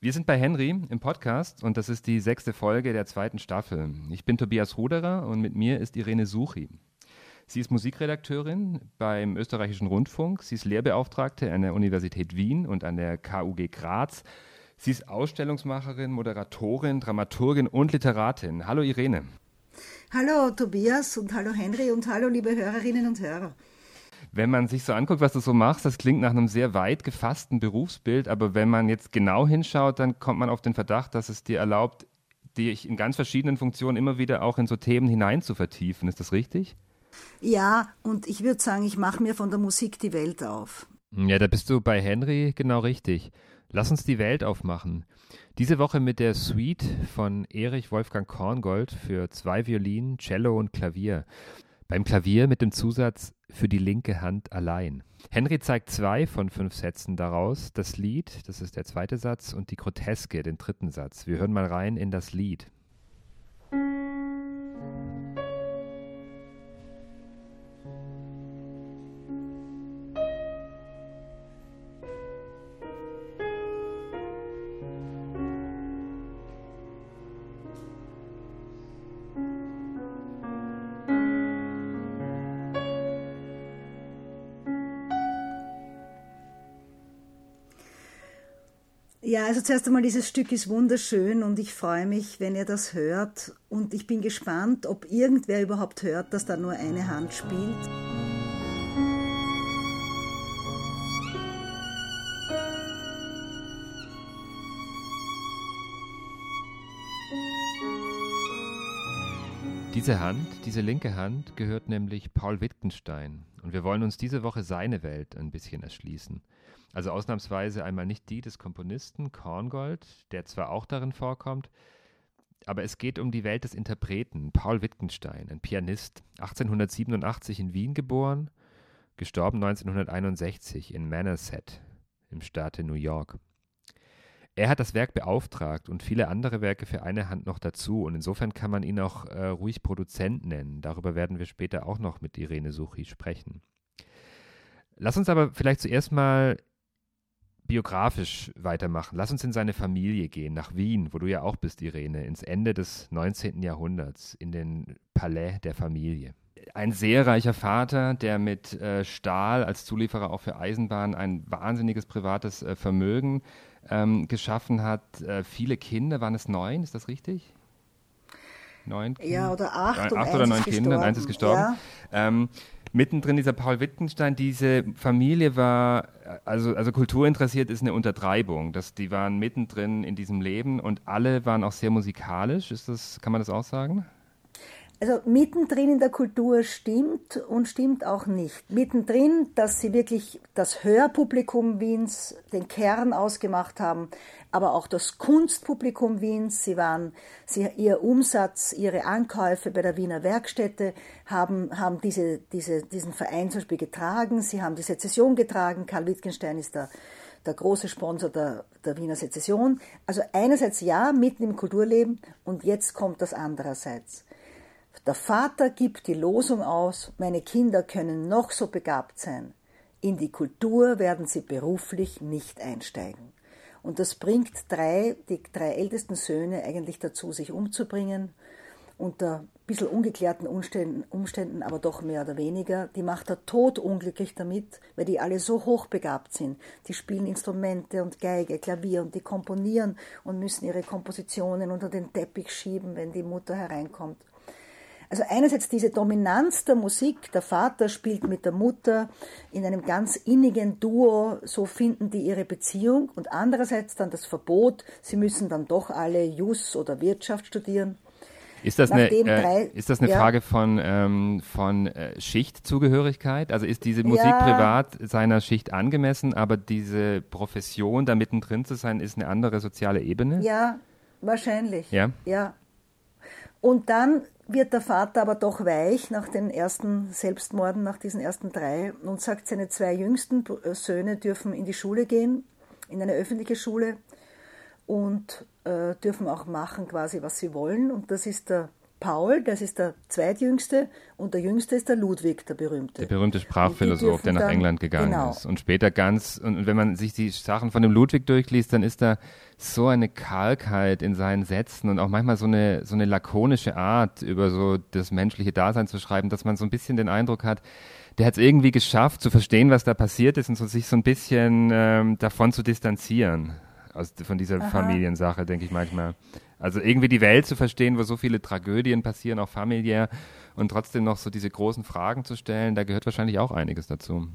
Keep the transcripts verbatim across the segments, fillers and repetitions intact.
Wir sind bei Henry im Podcast und das ist die sechste Folge der zweiten Staffel. Ich bin Tobias Ruderer und mit mir ist Irene Suchi. Sie ist Musikredakteurin beim Österreichischen Rundfunk, sie ist Lehrbeauftragte an der Universität Wien und an der K U G Graz. Sie ist Ausstellungsmacherin, Moderatorin, Dramaturgin und Literatin. Hallo Irene. Hallo Tobias und hallo Henry und hallo liebe Hörerinnen und Hörer. Wenn man sich so anguckt, was du so machst, das klingt nach einem sehr weit gefassten Berufsbild, aber wenn man jetzt genau hinschaut, dann kommt man auf den Verdacht, dass es dir erlaubt, dich in ganz verschiedenen Funktionen immer wieder auch in so Themen hinein zu vertiefen. Ist das richtig? Ja, und ich würde sagen, ich mache mir von der Musik die Welt auf. Ja, da bist du bei Henry genau richtig. Lass uns die Welt aufmachen. Diese Woche mit der Suite von Erich Wolfgang Korngold für zwei Violinen, Cello und Klavier. Beim Klavier mit dem Zusatz für die linke Hand allein. Henry zeigt zwei von fünf Sätzen daraus. Das Lied, das ist der zweite Satz, und die Groteske, den dritten Satz. Wir hören mal rein in das Lied. Ja, also zuerst einmal, dieses Stück ist wunderschön und ich freue mich, wenn ihr das hört. Und ich bin gespannt, ob irgendwer überhaupt hört, dass da nur eine Hand spielt. Diese Hand, diese linke Hand, gehört nämlich Paul Wittgenstein. Und wir wollen uns diese Woche seine Welt ein bisschen erschließen. Also ausnahmsweise einmal nicht die des Komponisten Korngold, der zwar auch darin vorkommt, aber es geht um die Welt des Interpreten, Paul Wittgenstein, ein Pianist, achtzehnhundertsiebenundachtzig in Wien geboren, gestorben neunzehnhunderteinundsechzig in Manhasset im Staate New York. Er hat das Werk beauftragt und viele andere Werke für eine Hand noch dazu und insofern kann man ihn auch äh, ruhig Produzent nennen. Darüber werden wir später auch noch mit Irene Suchi sprechen. Lass uns aber vielleicht zuerst mal biografisch weitermachen. Lass uns in seine Familie gehen, nach Wien, wo du ja auch bist, Irene, ins Ende des neunzehnten Jahrhunderts, in den Palais der Familie. Ein sehr reicher Vater, der mit äh, Stahl als Zulieferer auch für Eisenbahn ein wahnsinniges privates äh, Vermögen ähm, geschaffen hat. Äh, viele Kinder, waren es neun, ist das richtig? Neun Kinder? Ja, oder acht. Äh, acht oder neun Kinder und eins ist gestorben. Ja. Ähm, Mittendrin dieser Paul Wittgenstein, diese Familie war, also, also kulturinteressiert ist eine Untertreibung. Das, die waren mittendrin in diesem Leben und alle waren auch sehr musikalisch. Ist das, kann man das auch sagen? Also mittendrin in der Kultur stimmt und stimmt auch nicht. Mittendrin, dass sie wirklich das Hörpublikum Wiens, den Kern ausgemacht haben, aber auch das Kunstpublikum Wiens. Sie waren, sie, ihr Umsatz, ihre Ankäufe bei der Wiener Werkstätte haben, haben diese, diese, diesen Verein zum Beispiel getragen. Sie haben die Sezession getragen. Karl Wittgenstein ist der, der große Sponsor der, der Wiener Sezession. Also einerseits ja, mitten im Kulturleben und jetzt kommt das andererseits. Der Vater gibt die Losung aus, meine Kinder können noch so begabt sein. In die Kultur werden sie beruflich nicht einsteigen. Und das bringt drei, die drei ältesten Söhne eigentlich dazu, sich umzubringen. Unter ein bisschen ungeklärten Umständen, Umständen, aber doch mehr oder weniger. Die macht er todunglücklich damit, weil die alle so hochbegabt sind. Die spielen Instrumente und Geige, Klavier und die komponieren und müssen ihre Kompositionen unter den Teppich schieben, wenn die Mutter hereinkommt. Also einerseits diese Dominanz der Musik, der Vater spielt mit der Mutter in einem ganz innigen Duo, so finden die ihre Beziehung und andererseits dann das Verbot, sie müssen dann doch alle Jus oder Wirtschaft studieren. Ist das eine, äh, ist das eine ja. Frage von, ähm, von äh, Schichtzugehörigkeit? Also ist diese Musik ja. privat seiner Schicht angemessen, aber diese Profession, da mittendrin zu sein, ist eine andere soziale Ebene? Ja, wahrscheinlich. Ja. ja. Und dann wird der Vater aber doch weich nach den ersten Selbstmorden, nach diesen ersten drei und sagt, seine zwei jüngsten Söhne dürfen in die Schule gehen, in eine öffentliche Schule und äh, dürfen auch machen quasi, was sie wollen. Und das ist der Paul, das ist der zweitjüngste, und der jüngste ist der Ludwig, der berühmte. Der berühmte Sprachphilosoph, der nach dann, England gegangen genau. ist. Und später ganz, und wenn man sich die Sachen von dem Ludwig durchliest, dann ist da so eine Kargheit in seinen Sätzen und auch manchmal so eine, so eine lakonische Art, über so das menschliche Dasein zu schreiben, dass man so ein bisschen den Eindruck hat, der hat es irgendwie geschafft, zu verstehen, was da passiert ist und so, sich so ein bisschen ähm, davon zu distanzieren. Aus, von dieser Aha. Familiensache, denke ich manchmal. Also irgendwie die Welt zu verstehen, wo so viele Tragödien passieren, auch familiär, und trotzdem noch so diese großen Fragen zu stellen, da gehört wahrscheinlich auch einiges dazu.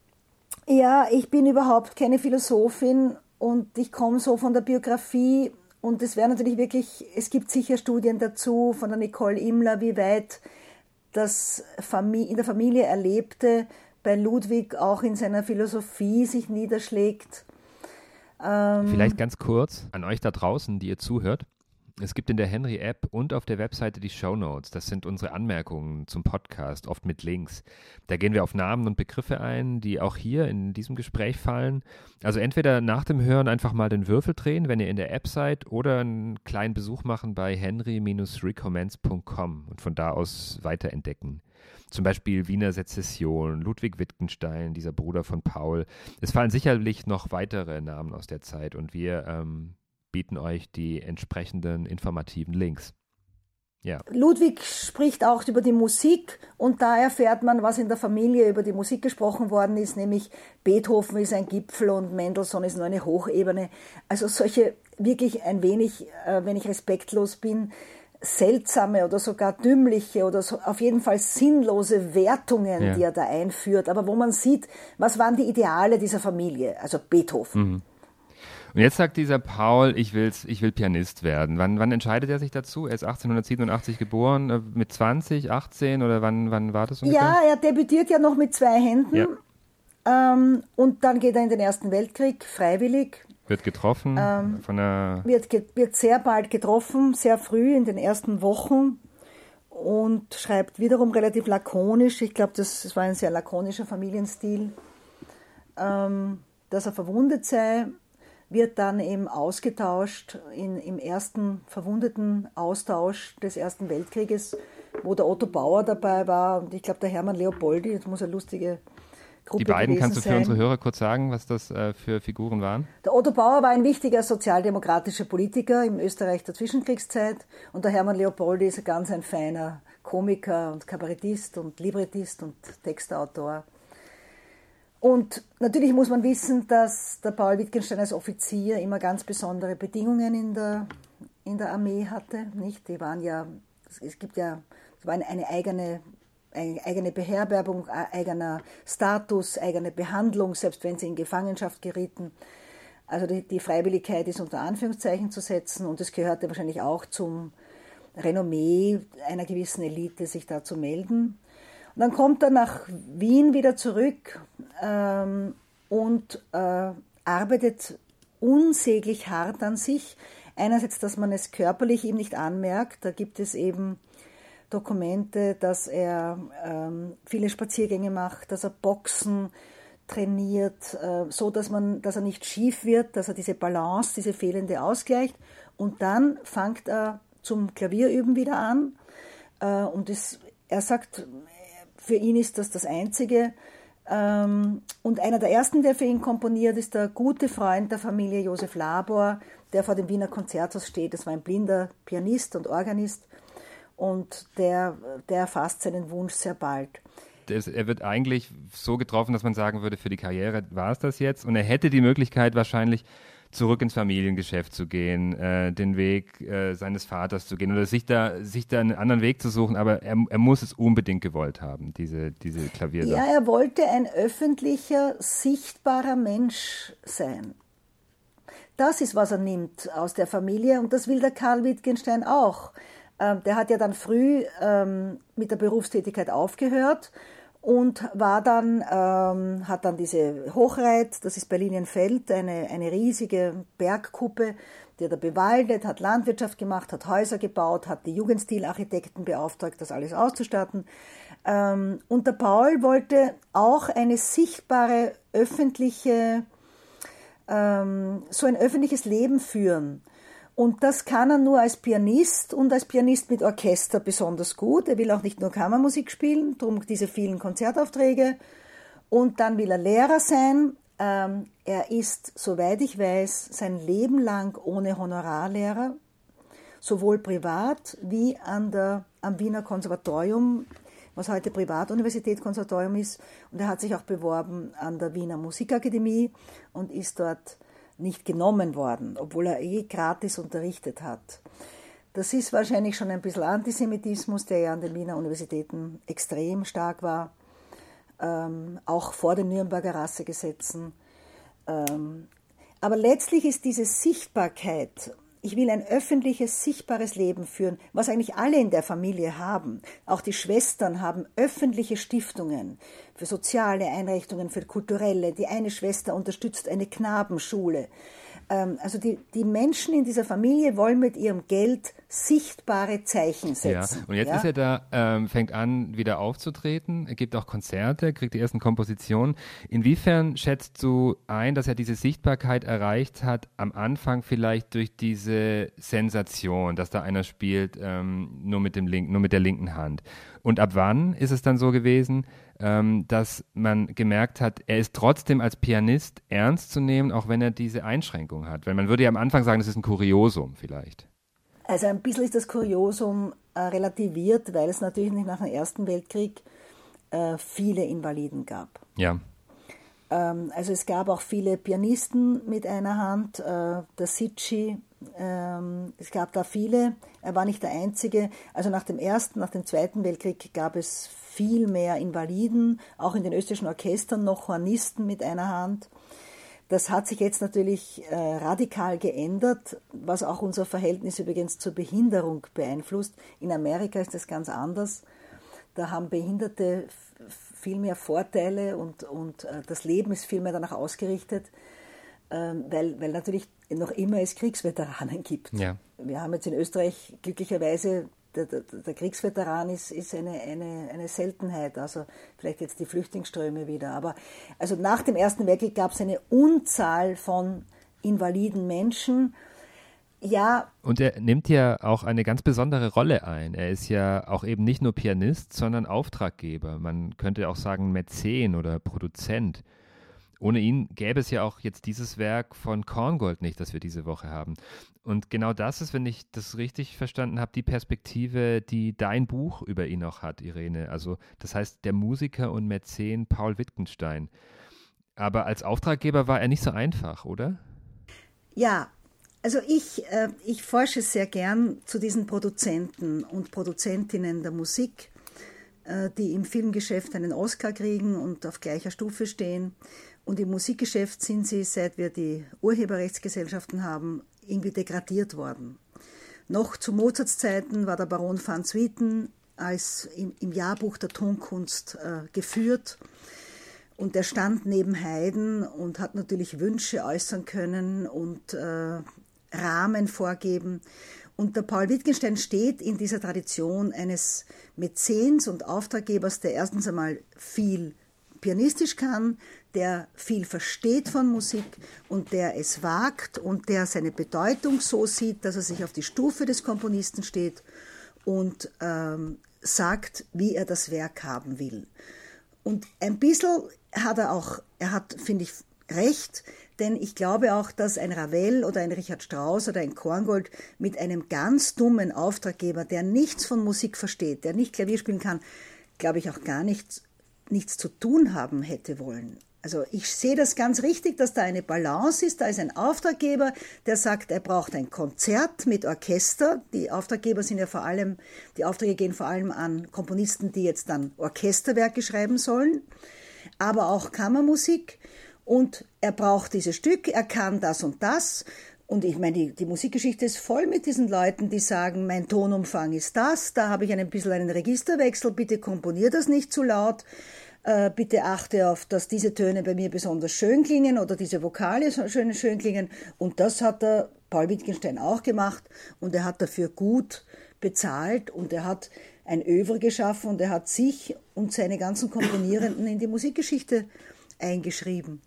Ja, ich bin überhaupt keine Philosophin und ich komme so von der Biografie und es wäre natürlich wirklich, es gibt sicher Studien dazu von der Nicole Imler, wie weit das in der Familie Erlebte bei Ludwig auch in seiner Philosophie sich niederschlägt. Vielleicht ganz kurz an euch da draußen, die ihr zuhört. Es gibt in der Henry-App und auf der Webseite die Shownotes. Das sind unsere Anmerkungen zum Podcast, oft mit Links. Da gehen wir auf Namen und Begriffe ein, die auch hier in diesem Gespräch fallen. Also entweder nach dem Hören einfach mal den Würfel drehen, wenn ihr in der App seid, oder einen kleinen Besuch machen bei henry Bindestrich recommence Punkt com und von da aus weiterentdecken. Zum Beispiel Wiener Sezession, Ludwig Wittgenstein, dieser Bruder von Paul. Es fallen sicherlich noch weitere Namen aus der Zeit und wir ähm, bieten euch die entsprechenden informativen Links. Ja. Ludwig spricht auch über die Musik und da erfährt man, was in der Familie über die Musik gesprochen worden ist, nämlich Beethoven ist ein Gipfel und Mendelssohn ist nur eine Hochebene. Also solche wirklich ein wenig, äh, wenn ich respektlos bin, seltsame oder sogar dümmliche oder so, auf jeden Fall sinnlose Wertungen, ja. die er da einführt, aber wo man sieht, was waren die Ideale dieser Familie, also Beethoven. Mhm. Und jetzt sagt dieser Paul, ich, will's, ich will Pianist werden. Wann, wann entscheidet er sich dazu? Er ist achtzehnhundertsiebenundachtzig geboren, mit zwanzig, achtzehn oder wann, wann war das ungefähr? Ja, er debütiert ja noch mit zwei Händen ja. ähm, und dann geht er in den Ersten Weltkrieg, freiwillig. Wird getroffen ähm, von einer... Wird, wird sehr bald getroffen, sehr früh in den ersten Wochen und schreibt wiederum relativ lakonisch, ich glaube, das, das war ein sehr lakonischer Familienstil, ähm, dass er verwundet sei, wird dann eben ausgetauscht in, im ersten verwundeten Austausch des Ersten Weltkrieges, wo der Otto Bauer dabei war und ich glaube der Hermann Leopoldi, das muss eine lustige Gruppe Die beiden kannst du für sein. unsere Hörer kurz sagen, was das äh, für Figuren waren? Der Otto Bauer war ein wichtiger sozialdemokratischer Politiker im Österreich der Zwischenkriegszeit und der Hermann Leopoldi ist ganz ein feiner Komiker und Kabarettist und Librettist und Textautor. Und natürlich muss man wissen, dass der Paul Wittgenstein als Offizier immer ganz besondere Bedingungen in der, in der Armee hatte. Nicht? Die waren ja, es gibt ja, es war eine, eine eigene Eine eigene Beherbergung, eigener Status, eigene Behandlung, selbst wenn sie in Gefangenschaft gerieten. Also die, die Freiwilligkeit ist unter Anführungszeichen zu setzen und es gehörte wahrscheinlich auch zum Renommee einer gewissen Elite, sich da zu melden. Und dann kommt er nach Wien wieder zurück ähm, und äh, arbeitet unsäglich hart an sich. Einerseits, dass man es körperlich ihm nicht anmerkt, da gibt es eben Dokumente, dass er ähm, viele Spaziergänge macht, dass er Boxen trainiert, äh, so dass man, dass er nicht schief wird, dass er diese Balance, diese fehlende ausgleicht. Und dann fängt er zum Klavierüben wieder an. Äh, und das, er sagt, für ihn ist das das Einzige. Ähm, und einer der ersten, der für ihn komponiert, ist der gute Freund der Familie Josef Labor, der vor dem Wiener Konzerthaus steht. Das war ein blinder Pianist und Organist. Und der, der erfasst seinen Wunsch sehr bald. Das, er wird eigentlich so getroffen, dass man sagen würde, für die Karriere war es das jetzt. Und er hätte die Möglichkeit wahrscheinlich zurück ins Familiengeschäft zu gehen, äh, den Weg äh, seines Vaters zu gehen oder sich da, sich da einen anderen Weg zu suchen. Aber er, er muss es unbedingt gewollt haben, diese, diese Klaviersache. Ja, er wollte ein öffentlicher, sichtbarer Mensch sein. Das ist, was er nimmt aus der Familie und das will der Karl Wittgenstein auch. Ähm, der hat ja dann früh ähm, mit der Berufstätigkeit aufgehört und war dann, ähm, hat dann diese Hochreit, das ist bei Linienfeld, eine, eine riesige Bergkuppe, die hat er bewaldet, hat Landwirtschaft gemacht, hat Häuser gebaut, hat die Jugendstilarchitekten beauftragt, das alles auszustatten. Ähm, und der Paul wollte auch eine sichtbare öffentliche, ähm, so ein öffentliches Leben führen. Und das kann er nur als Pianist und als Pianist mit Orchester besonders gut. Er will auch nicht nur Kammermusik spielen, darum diese vielen Konzertaufträge. Und dann will er Lehrer sein. Ähm, er ist, soweit ich weiß, sein Leben lang ohne Honorarlehrer, sowohl privat wie an der, am Wiener Konservatorium, was heute Privatuniversität Konservatorium ist. Und er hat sich auch beworben an der Wiener Musikakademie und ist dort nicht genommen worden, obwohl er eh gratis unterrichtet hat. Das ist wahrscheinlich schon ein bisschen Antisemitismus, der ja an den Wiener Universitäten extrem stark war, ähm, auch vor den Nürnberger Rassegesetzen. Ähm, aber letztlich ist diese Sichtbarkeit, ich will ein öffentliches, sichtbares Leben führen, was eigentlich alle in der Familie haben. Auch die Schwestern haben öffentliche Stiftungen für soziale Einrichtungen, für kulturelle. Die eine Schwester unterstützt eine Knabenschule. Also die, die Menschen in dieser Familie wollen mit ihrem Geld sichtbare Zeichen setzen. Ja, und jetzt ja? ist er da, ähm, fängt an, wieder aufzutreten. Er gibt auch Konzerte, kriegt die ersten Kompositionen. Inwiefern schätzt du ein, dass er diese Sichtbarkeit erreicht hat, am Anfang vielleicht durch diese Sensation, dass da einer spielt, ähm, nur mit dem Link, nur mit der linken Hand? Und ab wann ist es dann so gewesen, ähm, dass man gemerkt hat, er ist trotzdem als Pianist ernst zu nehmen, auch wenn er diese Einschränkung hat? Weil man würde ja am Anfang sagen, das ist ein Kuriosum vielleicht. Also ein bisschen ist das Kuriosum äh, relativiert, weil es natürlich nicht nach dem Ersten Weltkrieg äh, viele Invaliden gab. Ja. Ähm, also es gab auch viele Pianisten mit einer Hand, äh, der Sicci, ähm, es gab da viele, er war nicht der Einzige. Also nach dem Ersten, nach dem Zweiten Weltkrieg gab es viel mehr Invaliden, auch in den österreichischen Orchestern noch Hornisten mit einer Hand. Das hat sich jetzt natürlich äh, radikal geändert, was auch unser Verhältnis übrigens zur Behinderung beeinflusst. In Amerika ist das ganz anders. Da haben Behinderte f- viel mehr Vorteile und, und äh, das Leben ist viel mehr danach ausgerichtet, äh, weil, weil natürlich noch immer es Kriegsveteranen gibt. Ja. Wir haben jetzt in Österreich glücklicherweise, der, der, der Kriegsveteran ist, ist eine, eine, eine Seltenheit, also vielleicht jetzt die Flüchtlingsströme wieder. Aber also nach dem Ersten Weltkrieg gab es eine Unzahl von invaliden Menschen. Ja. Und er nimmt ja auch eine ganz besondere Rolle ein. Er ist ja auch eben nicht nur Pianist, sondern Auftraggeber. Man könnte auch sagen Mäzen oder Produzent. Ohne ihn gäbe es ja auch jetzt dieses Werk von Korngold nicht, das wir diese Woche haben. Und genau das ist, wenn ich das richtig verstanden habe, die Perspektive, die dein Buch über ihn auch hat, Irene. Also das heißt, der Musiker und Mäzen Paul Wittgenstein. Aber als Auftraggeber war er nicht so einfach, oder? Ja, also ich, äh, ich forsche sehr gern zu diesen Produzenten und Produzentinnen der Musik, äh, die im Filmgeschäft einen Oscar kriegen und auf gleicher Stufe stehen. Und im Musikgeschäft sind sie, seit wir die Urheberrechtsgesellschaften haben, irgendwie degradiert worden. Noch zu Mozarts Zeiten war der Baron van Swieten als im, im Jahrbuch der Tonkunst äh, geführt. Und er stand neben Haydn und hat natürlich Wünsche äußern können und äh, Rahmen vorgeben. Und der Paul Wittgenstein steht in dieser Tradition eines Mäzens und Auftraggebers, der erstens einmal viel pianistisch kann, der viel versteht von Musik und der es wagt und der seine Bedeutung so sieht, dass er sich auf die Stufe des Komponisten steht und ähm, sagt, wie er das Werk haben will. Und ein bisschen hat er auch, er hat, finde ich, recht, denn ich glaube auch, dass ein Ravel oder ein Richard Strauss oder ein Korngold mit einem ganz dummen Auftraggeber, der nichts von Musik versteht, der nicht Klavier spielen kann, glaube ich auch gar nichts, nichts zu tun haben hätte wollen. Also ich sehe das ganz richtig, dass da eine Balance ist. Da ist ein Auftraggeber, der sagt, er braucht ein Konzert mit Orchester. Die Auftraggeber sind ja vor allem, die Aufträge gehen vor allem an Komponisten, die jetzt dann Orchesterwerke schreiben sollen, aber auch Kammermusik. Und er braucht dieses Stück, er kann das und das. Und ich meine, die, die Musikgeschichte ist voll mit diesen Leuten, die sagen, mein Tonumfang ist das, da habe ich ein bisschen einen Registerwechsel, bitte komponier das nicht zu laut. Bitte achte auf, dass diese Töne bei mir besonders schön klingen oder diese Vokale schön, schön klingen. Und das hat der Paul Wittgenstein auch gemacht und er hat dafür gut bezahlt und er hat ein Œuvre geschaffen und er hat sich und seine ganzen Komponierenden in die Musikgeschichte eingeschrieben.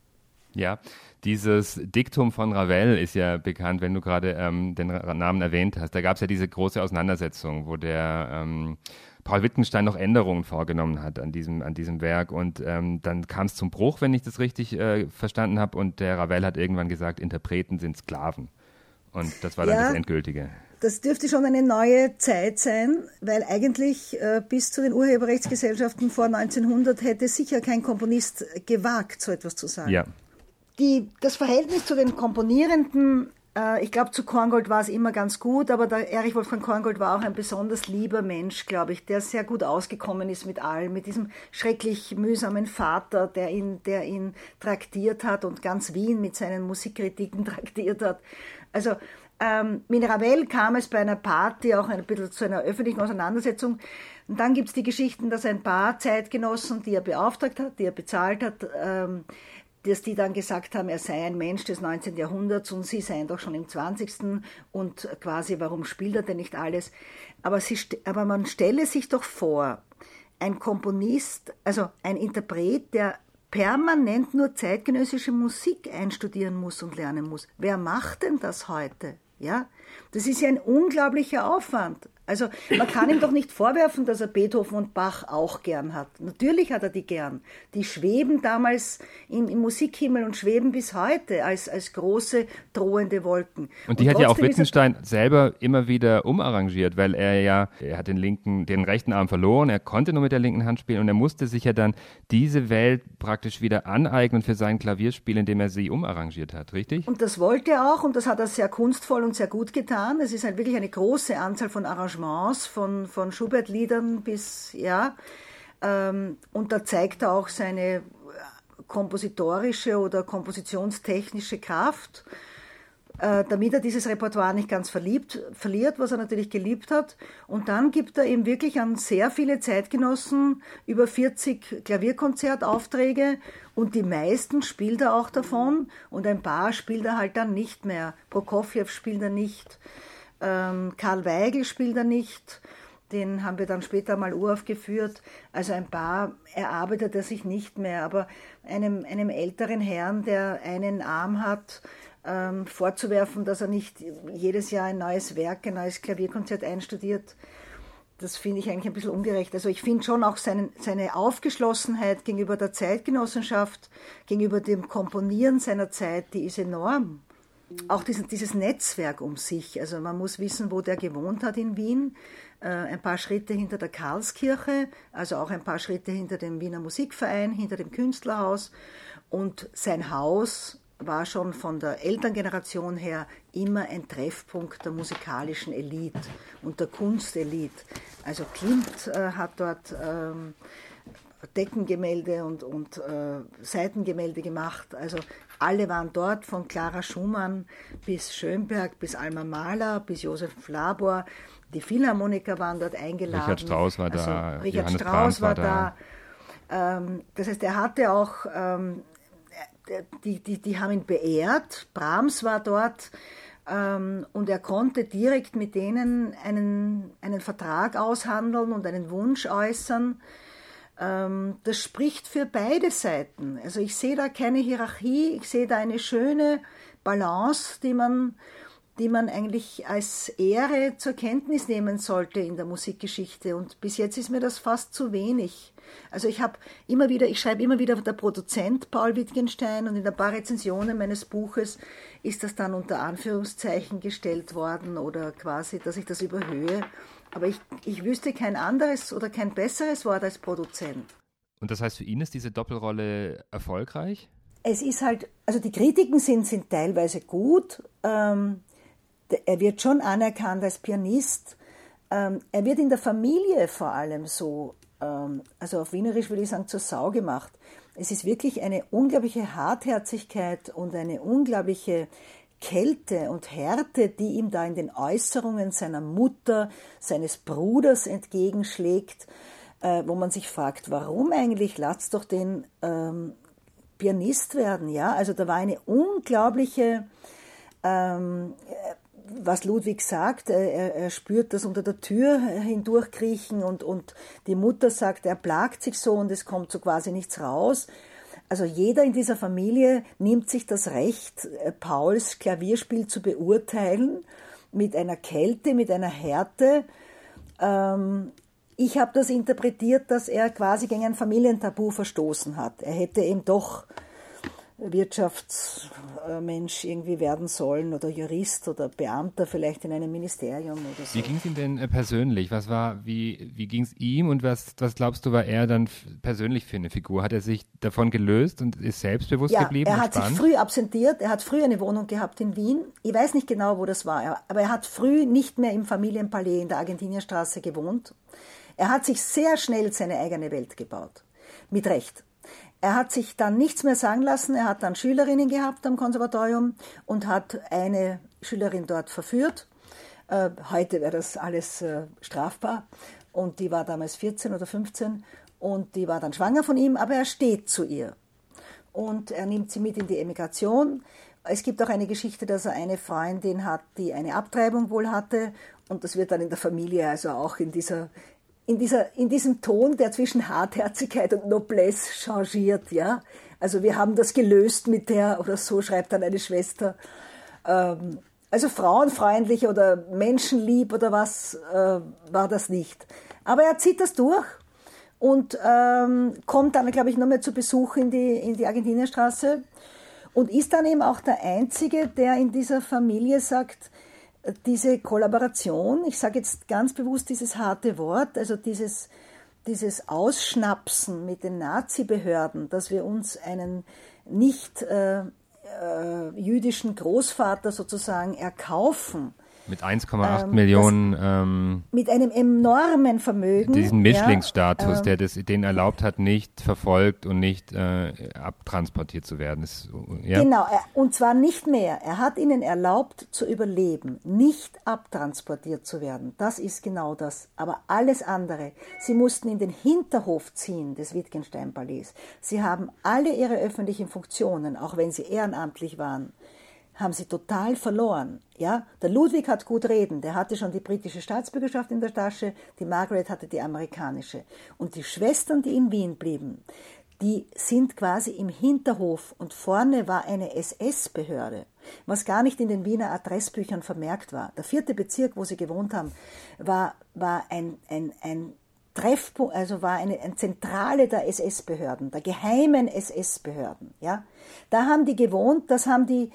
Ja, dieses Diktum von Ravel ist ja bekannt, wenn du gerade ähm, den Ra- Namen erwähnt hast. Da gab es ja diese große Auseinandersetzung, wo der ähm, Paul Wittgenstein noch Änderungen vorgenommen hat an diesem, an diesem Werk. Und ähm, dann kam es zum Bruch, wenn ich das richtig äh, verstanden habe. Und der Ravel hat irgendwann gesagt, Interpreten sind Sklaven. Und das war dann Ja, das Endgültige. das dürfte schon eine neue Zeit sein, weil eigentlich äh, bis zu den Urheberrechtsgesellschaften vor neunzehnhundert hätte sicher kein Komponist gewagt, so etwas zu sagen. Ja. Die, das Verhältnis zu den Komponierenden, äh, ich glaube, zu Korngold war es immer ganz gut, aber der Erich Wolfgang Korngold war auch ein besonders lieber Mensch, glaube ich, der sehr gut ausgekommen ist mit allem, mit diesem schrecklich mühsamen Vater, der ihn, der ihn traktiert hat und ganz Wien mit seinen Musikkritiken traktiert hat. Also ähm, mit Ravel kam es bei einer Party auch ein bisschen zu einer öffentlichen Auseinandersetzung. Und dann gibt es die Geschichten, dass ein paar Zeitgenossen, die er beauftragt hat, die er bezahlt hat, ähm, dass die dann gesagt haben, er sei ein Mensch des neunzehnten Jahrhunderts und sie seien doch schon im zwanzigsten und quasi, warum spielt er denn nicht alles? Aber, sie, aber man stelle sich doch vor, ein Komponist, also ein Interpret, der permanent nur zeitgenössische Musik einstudieren muss und lernen muss. Wer macht denn das heute? Ja, das ist ja ein unglaublicher Aufwand. Also man kann ihm doch nicht vorwerfen, dass er Beethoven und Bach auch gern hat. Natürlich hat er die gern. Die schweben damals im, im Musikhimmel und schweben bis heute als, als große, drohende Wolken. Und die und hat ja auch Wittgenstein selber immer wieder umarrangiert, weil er ja, er hat den linken, den rechten Arm verloren, er konnte nur mit der linken Hand spielen und er musste sich ja dann diese Welt praktisch wieder aneignen für sein Klavierspiel, indem er sie umarrangiert hat, richtig? Und das wollte er auch und das hat er sehr kunstvoll und sehr gut getan. Es ist halt wirklich eine große Anzahl von Arrangements, von, von Schubert-Liedern bis, ja, ähm, und da zeigt er auch seine kompositorische oder kompositionstechnische Kraft, äh, damit er dieses Repertoire nicht ganz verliebt, verliert, was er natürlich geliebt hat. Und dann gibt er ihm wirklich an sehr viele Zeitgenossen über vierzig Klavierkonzertaufträge und die meisten spielt er auch davon und ein paar spielt er halt dann nicht mehr. Prokofjew spielt er nicht. Ähm, Karl Weigl spielt er nicht, den haben wir dann später mal uraufgeführt. Also ein paar erarbeitet er sich nicht mehr, aber einem, einem älteren Herrn, der einen Arm hat, ähm, vorzuwerfen, dass er nicht jedes Jahr ein neues Werk, ein neues Klavierkonzert einstudiert, das finde ich eigentlich ein bisschen ungerecht. Also ich finde schon auch seinen, seine Aufgeschlossenheit gegenüber der Zeitgenossenschaft, gegenüber dem Komponieren seiner Zeit, die ist enorm. Auch dieses, dieses Netzwerk um sich, also man muss wissen, wo der gewohnt hat in Wien, äh, ein paar Schritte hinter der Karlskirche, also auch ein paar Schritte hinter dem Wiener Musikverein, hinter dem Künstlerhaus und sein Haus war schon von der Elterngeneration her immer ein Treffpunkt der musikalischen Elite und der Kunstelite. Also Klimt äh, hat dort ähm, Deckengemälde und, und äh, Seitengemälde gemacht. Also alle waren dort, von Clara Schumann bis Schönberg, bis Alma Mahler, bis Josef Labor. Die Philharmoniker waren dort eingeladen. Richard Strauss war also, da. Richard Johannes Strauss Brahms war, war da. da. Ähm, das heißt, er hatte auch, ähm, die, die, die haben ihn beehrt. Brahms war dort. Ähm, und er konnte direkt mit denen einen, einen Vertrag aushandeln und einen Wunsch äußern. Das spricht für beide Seiten. Also ich sehe da keine Hierarchie, ich sehe da eine schöne Balance, die man, die man eigentlich als Ehre zur Kenntnis nehmen sollte in der Musikgeschichte. Und bis jetzt ist mir das fast zu wenig. Also ich habe immer wieder, ich schreibe immer wieder der Produzent Paul Wittgenstein und in ein paar Rezensionen meines Buches ist das dann unter Anführungszeichen gestellt worden oder quasi, dass ich das überhöhe. Aber ich, ich wüsste kein anderes oder kein besseres Wort als Produzent. Und das heißt, für ihn ist diese Doppelrolle erfolgreich? Es ist halt, also die Kritiken sind, sind teilweise gut. Ähm, er wird schon anerkannt als Pianist. Ähm, er wird in der Familie vor allem so, ähm, also auf Wienerisch würde ich sagen, zur Sau gemacht. Es ist wirklich eine unglaubliche Hartherzigkeit und eine unglaubliche Kälte und Härte, die ihm da in den Äußerungen seiner Mutter, seines Bruders entgegenschlägt, äh, wo man sich fragt, warum eigentlich, lasst doch den ähm, Pianist werden, ja? Also da war eine unglaubliche, ähm, was Ludwig sagt, er, er spürt das unter der Tür hindurchkriechen und, und die Mutter sagt, er plagt sich so und es kommt so quasi nichts raus. Also jeder in dieser Familie nimmt sich das Recht, Pauls Klavierspiel zu beurteilen, mit einer Kälte, mit einer Härte. Ähm, ich habe das interpretiert, dass er quasi gegen ein Familientabu verstoßen hat. Er hätte eben doch Wirtschaftsmensch irgendwie werden sollen oder Jurist oder Beamter vielleicht in einem Ministerium oder so. Wie ging es ihm denn äh, persönlich? Was war, wie, wie ging es ihm und was, was glaubst du, war er dann f- persönlich für eine Figur? Hat er sich davon gelöst und ist selbstbewusst Ja, geblieben? er hat entspannt? sich früh absentiert, er hat früh eine Wohnung gehabt in Wien. Ich weiß nicht genau, wo das war, aber er hat früh nicht mehr im Familienpalais in der Argentinierstraße gewohnt. Er hat sich sehr schnell seine eigene Welt gebaut. Mit Recht. Er hat sich dann nichts mehr sagen lassen. Er hat dann Schülerinnen gehabt am Konservatorium und hat eine Schülerin dort verführt. Äh, heute wäre das alles äh, strafbar. Und die war damals vierzehn oder fünfzehn und die war dann schwanger von ihm, aber er steht zu ihr. Und er nimmt sie mit in die Emigration. Es gibt auch eine Geschichte, dass er eine Freundin hat, die eine Abtreibung wohl hatte. Und das wird dann in der Familie, also auch in dieser In, dieser, in diesem Ton, der zwischen Hartherzigkeit und Noblesse changiert, ja. Also wir haben das gelöst mit der, oder so schreibt dann eine Schwester. Ähm, also frauenfreundlich oder menschenlieb oder was äh, war das nicht. Aber er zieht das durch und ähm, kommt dann, glaube ich, noch mehr zu Besuch in die, in die Argentinierstraße und ist dann eben auch der Einzige, der in dieser Familie sagt, diese Kollaboration, ich sage jetzt ganz bewusst dieses harte Wort, also dieses, dieses Ausschnapsen mit den Nazi-Behörden, dass wir uns einen nicht äh, äh, jüdischen Großvater sozusagen erkaufen. Mit eins Komma acht ähm, Millionen ähm, mit einem enormen Vermögen. diesen Mischlingsstatus, ja, äh, der das, den erlaubt hat, nicht verfolgt und nicht äh, abtransportiert zu werden. Das, ja? Genau, er, und zwar nicht mehr. Er hat ihnen erlaubt zu überleben, nicht abtransportiert zu werden. Das ist genau das. Aber alles andere. Sie mussten in den Hinterhof ziehen des Wittgenstein-Palais. Sie haben alle ihre öffentlichen Funktionen, auch wenn sie ehrenamtlich waren, haben sie total verloren. Ja? Der Ludwig hat gut reden, der hatte schon die britische Staatsbürgerschaft in der Tasche, die Margaret hatte die amerikanische. Und die Schwestern, die in Wien blieben, die sind quasi im Hinterhof und vorne war eine S S-Behörde, was gar nicht in den Wiener Adressbüchern vermerkt war. Der vierte Bezirk, wo sie gewohnt haben, war, war ein, ein, ein Treffpunkt, also war eine, eine Zentrale der S S-Behörden, der geheimen S S-Behörden. Ja? Da haben die gewohnt, das haben die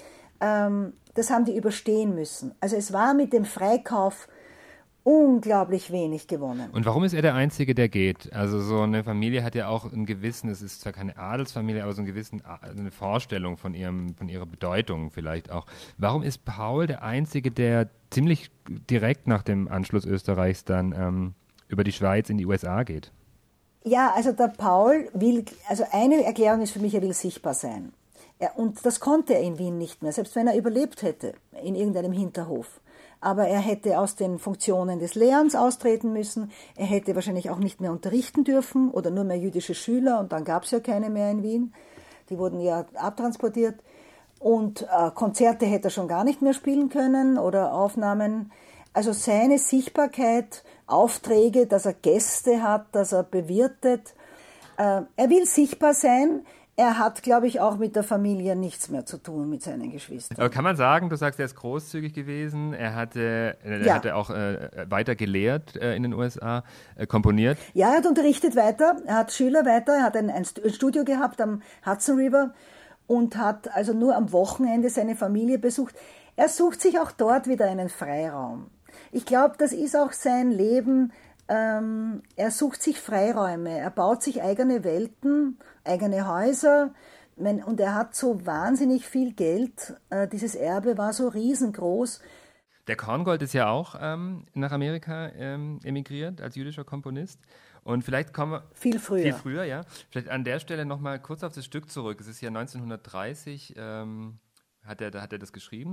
Das haben die überstehen müssen. Also es war mit dem Freikauf unglaublich wenig gewonnen. Und warum ist er der Einzige, der geht? Also so eine Familie hat ja auch einen gewissen, es ist zwar keine Adelsfamilie, aber so einen gewissen, eine Vorstellung von ihrem, von ihrer Bedeutung vielleicht auch. Warum ist Paul der Einzige, der ziemlich direkt nach dem Anschluss Österreichs dann ähm, über die Schweiz in die U S A geht? Ja, also der Paul will, also eine Erklärung ist für mich, er will sichtbar sein. Ja, und das konnte er in Wien nicht mehr, selbst wenn er überlebt hätte, in irgendeinem Hinterhof. Aber er hätte aus den Funktionen des Lehrens austreten müssen, er hätte wahrscheinlich auch nicht mehr unterrichten dürfen oder nur mehr jüdische Schüler, und dann gab es ja keine mehr in Wien, die wurden ja abtransportiert. Und äh, Konzerte hätte er schon gar nicht mehr spielen können oder Aufnahmen. Also seine Sichtbarkeit, Aufträge, dass er Gäste hat, dass er bewirtet, äh, er will sichtbar sein. Er hat, glaube ich, auch mit der Familie nichts mehr zu tun, mit seinen Geschwistern. Aber kann man sagen, du sagst, er ist großzügig gewesen, er hatte, er ja. hatte auch äh, weiter gelehrt äh, in den U S A, äh, komponiert? Ja, er hat unterrichtet weiter, er hat Schüler weiter, er hat ein, ein Studio gehabt am Hudson River und hat also nur am Wochenende seine Familie besucht. Er sucht sich auch dort wieder einen Freiraum. Ich glaube, das ist auch sein Leben. Ähm, er sucht sich Freiräume, er baut sich eigene Welten, eigene Häuser, und er hat so wahnsinnig viel Geld. Äh, dieses Erbe war so riesengroß. Der Korngold ist ja auch ähm, nach Amerika ähm, emigriert als jüdischer Komponist. Und vielleicht kommen wir... Viel früher. Viel früher, ja. Vielleicht an der Stelle nochmal kurz auf das Stück zurück. Es ist ja neunzehnhundertdreißig... Ähm Hat er, da hat er das geschrieben.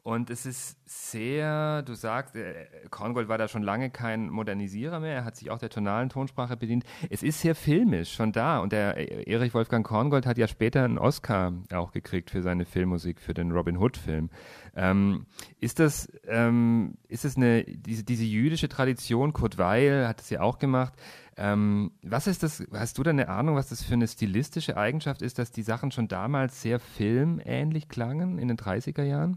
Und es ist sehr, du sagst, äh, Korngold war da schon lange kein Modernisierer mehr, er hat sich auch der tonalen Tonsprache bedient. Es ist sehr filmisch, schon da. Und der äh, Erich Wolfgang Korngold hat ja später einen Oscar auch gekriegt für seine Filmmusik, für den Robin Hood-Film. Ähm, ist das, ähm, ist das eine, diese, diese jüdische Tradition, Kurt Weill hat es ja auch gemacht, ähm, was ist das, hast du da eine Ahnung, was das für eine stilistische Eigenschaft ist, dass die Sachen schon damals sehr filmähnlich klangen in den dreißiger Jahren?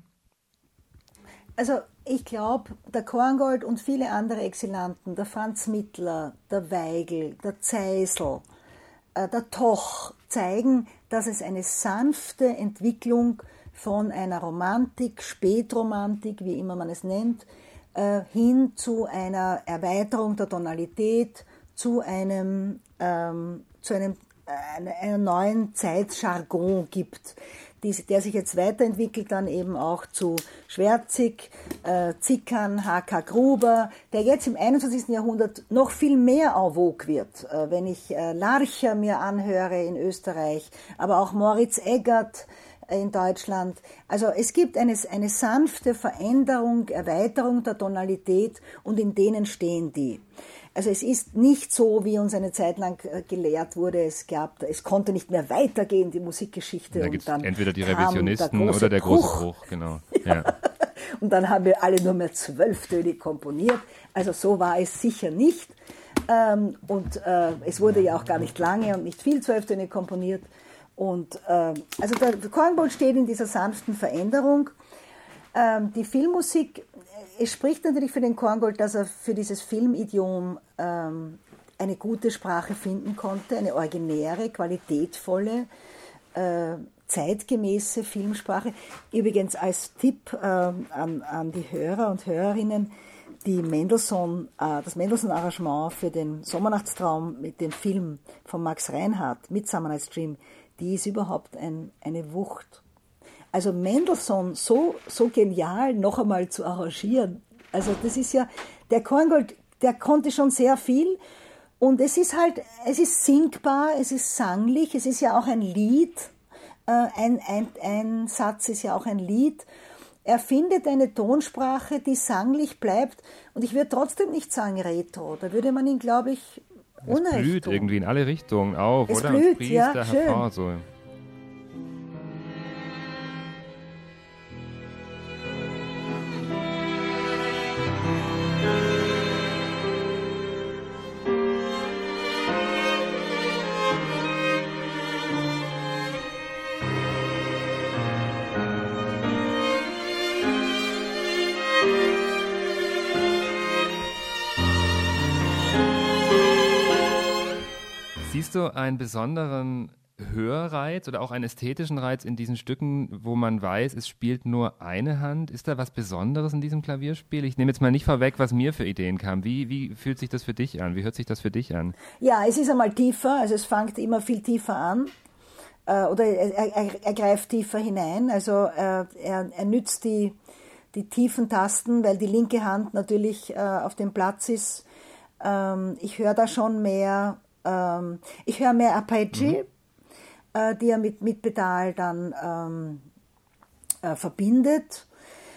Also ich glaube, der Korngold und viele andere Exilanten, der Franz Mittler, der Weigel, der Zeisel, äh, der Toch, zeigen, dass es eine sanfte Entwicklung von einer Romantik, Spätromantik, wie immer man es nennt, äh, hin zu einer Erweiterung der Tonalität, zu einem, ähm, zu einem äh, einer neuen Zeitjargon gibt, die, der sich jetzt weiterentwickelt dann eben auch zu Schwärzig, äh, Zickern, H K Gruber, der jetzt im einundzwanzigsten Jahrhundert noch viel mehr en vogue wird. Äh, wenn ich äh, Larcher mir anhöre in Österreich, aber auch Moritz Eggert in Deutschland. Also es gibt eine, eine sanfte Veränderung, Erweiterung der Tonalität und in denen stehen die. Also es ist nicht so, wie uns eine Zeit lang gelehrt wurde, es gab, es konnte nicht mehr weitergehen, die Musikgeschichte. Da und dann entweder die Revisionisten der oder der Bruch. große Bruch, genau. Ja. Ja. Und dann haben wir alle nur mehr zwölftönig komponiert. Also so war es sicher nicht. Und äh, es wurde ja auch gar nicht lange und nicht viel zwölftönig komponiert. Und äh, also der Korngold steht in dieser sanften Veränderung. Ähm, die Filmmusik, es spricht natürlich für den Korngold, dass er für dieses Filmidiom ähm, eine gute Sprache finden konnte, eine originäre, qualitätvolle, äh, zeitgemäße Filmsprache. Übrigens als Tipp äh, an, an die Hörer und Hörerinnen, die Mendelssohn, äh, das Mendelssohn-Arrangement für den Sommernachtstraum mit dem Film von Max Reinhardt, Midsummer Night's Dream, die ist überhaupt ein, eine Wucht. Also Mendelssohn so, so genial noch einmal zu arrangieren. Also das ist ja, der Korngold, der konnte schon sehr viel und es ist halt, es ist singbar, es ist sanglich, es ist ja auch ein Lied, äh, ein, ein, ein Satz ist ja auch ein Lied. Er findet eine Tonsprache, die sanglich bleibt und ich würde trotzdem nicht sagen Retro, da würde man ihn, glaube ich, Unrecht es blüht tun. irgendwie in alle Richtungen auf, es oder? Blüht, und sprießt ja, da schön. hervor, so. Siehst du einen besonderen Hörreiz oder auch einen ästhetischen Reiz in diesen Stücken, wo man weiß, es spielt nur eine Hand? Ist da was Besonderes in diesem Klavierspiel? Ich nehme jetzt mal nicht vorweg, was mir für Ideen kamen. Wie, wie fühlt sich das für dich an? Wie hört sich das für dich an? Ja, es ist einmal tiefer, also es fängt immer viel tiefer an. Äh, oder er, er, er greift tiefer hinein. Also äh, er, er nützt die, die tiefen Tasten, weil die linke Hand natürlich äh, auf dem Platz ist. Ähm, ich höre da schon mehr... Ich höre mehr Arpeggi, mhm. äh, die er mit, mit Pedal dann ähm, äh, verbindet.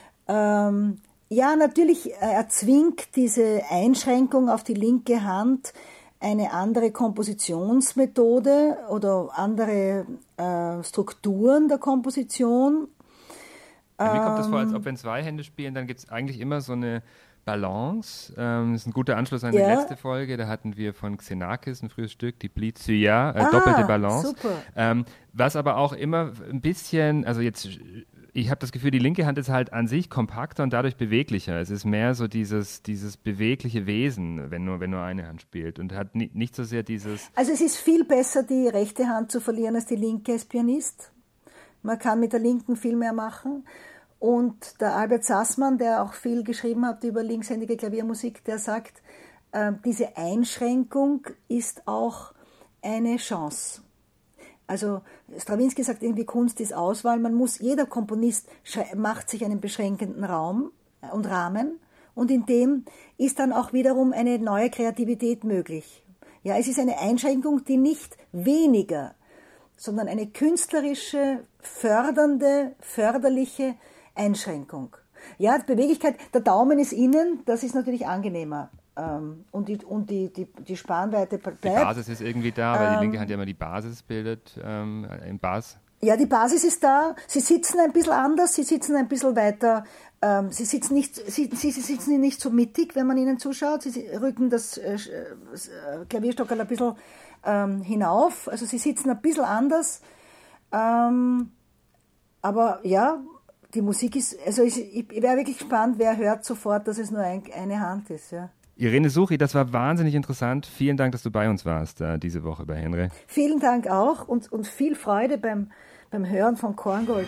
Ähm, ja, natürlich, äh, er zwingt diese Einschränkung auf die linke Hand, eine andere Kompositionsmethode oder andere äh, Strukturen der Komposition. Ja, mir kommt das vor, als ob wenn zwei Hände spielen, dann gibt es eigentlich immer so eine Balance. Ähm, das ist ein guter Anschluss an die ja. letzte Folge. Da hatten wir von Xenakis ein frühes Stück, die Blitzuya, äh, ah, doppelte Balance. Super. Ähm, was aber auch immer ein bisschen, also jetzt, ich habe das Gefühl, die linke Hand ist halt an sich kompakter und dadurch beweglicher. Es ist mehr so dieses, dieses bewegliche Wesen, wenn nur, wenn nur eine Hand spielt und hat ni- nicht so sehr dieses... Also es ist viel besser, die rechte Hand zu verlieren als die linke als Pianist. Man kann mit der linken viel mehr machen. Und der Albert Sassmann, der auch viel geschrieben hat über linkshändige Klaviermusik, der sagt, äh, diese Einschränkung ist auch eine Chance. Also Stravinsky sagt irgendwie, Kunst ist Auswahl. Man muss, jeder Komponist macht sich einen beschränkenden Raum und Rahmen und in dem ist dann auch wiederum eine neue Kreativität möglich. Ja, es ist eine Einschränkung, die nicht weniger, sondern eine künstlerische, fördernde, förderliche Einschränkung. Ja, Beweglichkeit, der Daumen ist innen, das ist natürlich angenehmer. Und die, und die, die, die Spannweite bleibt. Die Basis ist irgendwie da, weil ähm, die linke Hand ja immer die Basis bildet, ähm, im Bass. Ja, die Basis ist da. Sie sitzen ein bisschen anders, sie sitzen ein bisschen weiter. Ähm, sie, sitzen nicht, sie, sie, sie sitzen nicht so mittig, wenn man ihnen zuschaut. Sie rücken das, äh, das Klavierstockerl ein bisschen ähm, hinauf. Also sie sitzen ein bisschen anders. Ähm, aber ja, die Musik ist, also ich, ich wäre wirklich gespannt, wer hört sofort, dass es nur ein, eine Hand ist, ja. Irene Suchi, das war wahnsinnig interessant. Vielen Dank, dass du bei uns warst äh, diese Woche bei Henry. Vielen Dank auch und, und viel Freude beim, beim Hören von Korngold.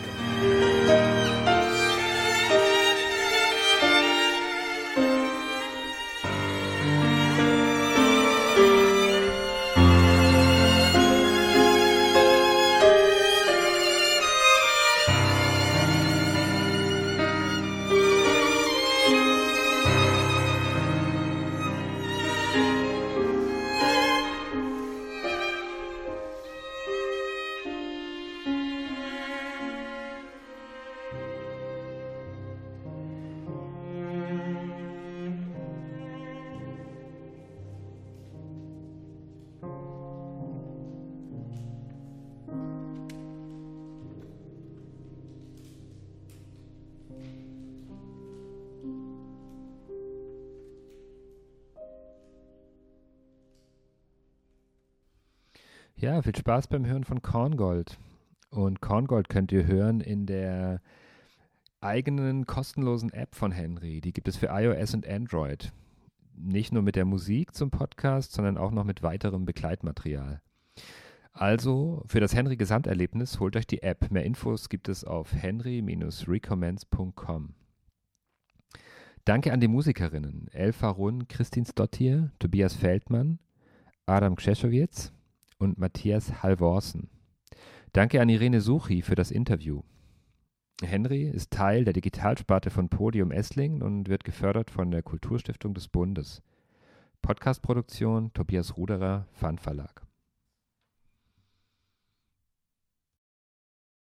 Ja, viel Spaß beim Hören von Korngold. Und Korngold könnt ihr hören in der eigenen kostenlosen App von Henry. Die gibt es für iOS und Android. Nicht nur mit der Musik zum Podcast, sondern auch noch mit weiterem Begleitmaterial. Also für das Henry Gesamterlebnis holt euch die App. Mehr Infos gibt es auf henry Bindestrich recommence Punkt com. Danke an die Musikerinnen Elfa Runn, Kristin Stottier, Tobias Feldmann, Adam Krzeszowicz und Matthias Halvorsen. Danke an Irene Suchi für das Interview. Henry ist Teil der Digitalsparte von Podium Esslingen und wird gefördert von der Kulturstiftung des Bundes. Podcastproduktion Tobias Ruderer, Fun Verlag.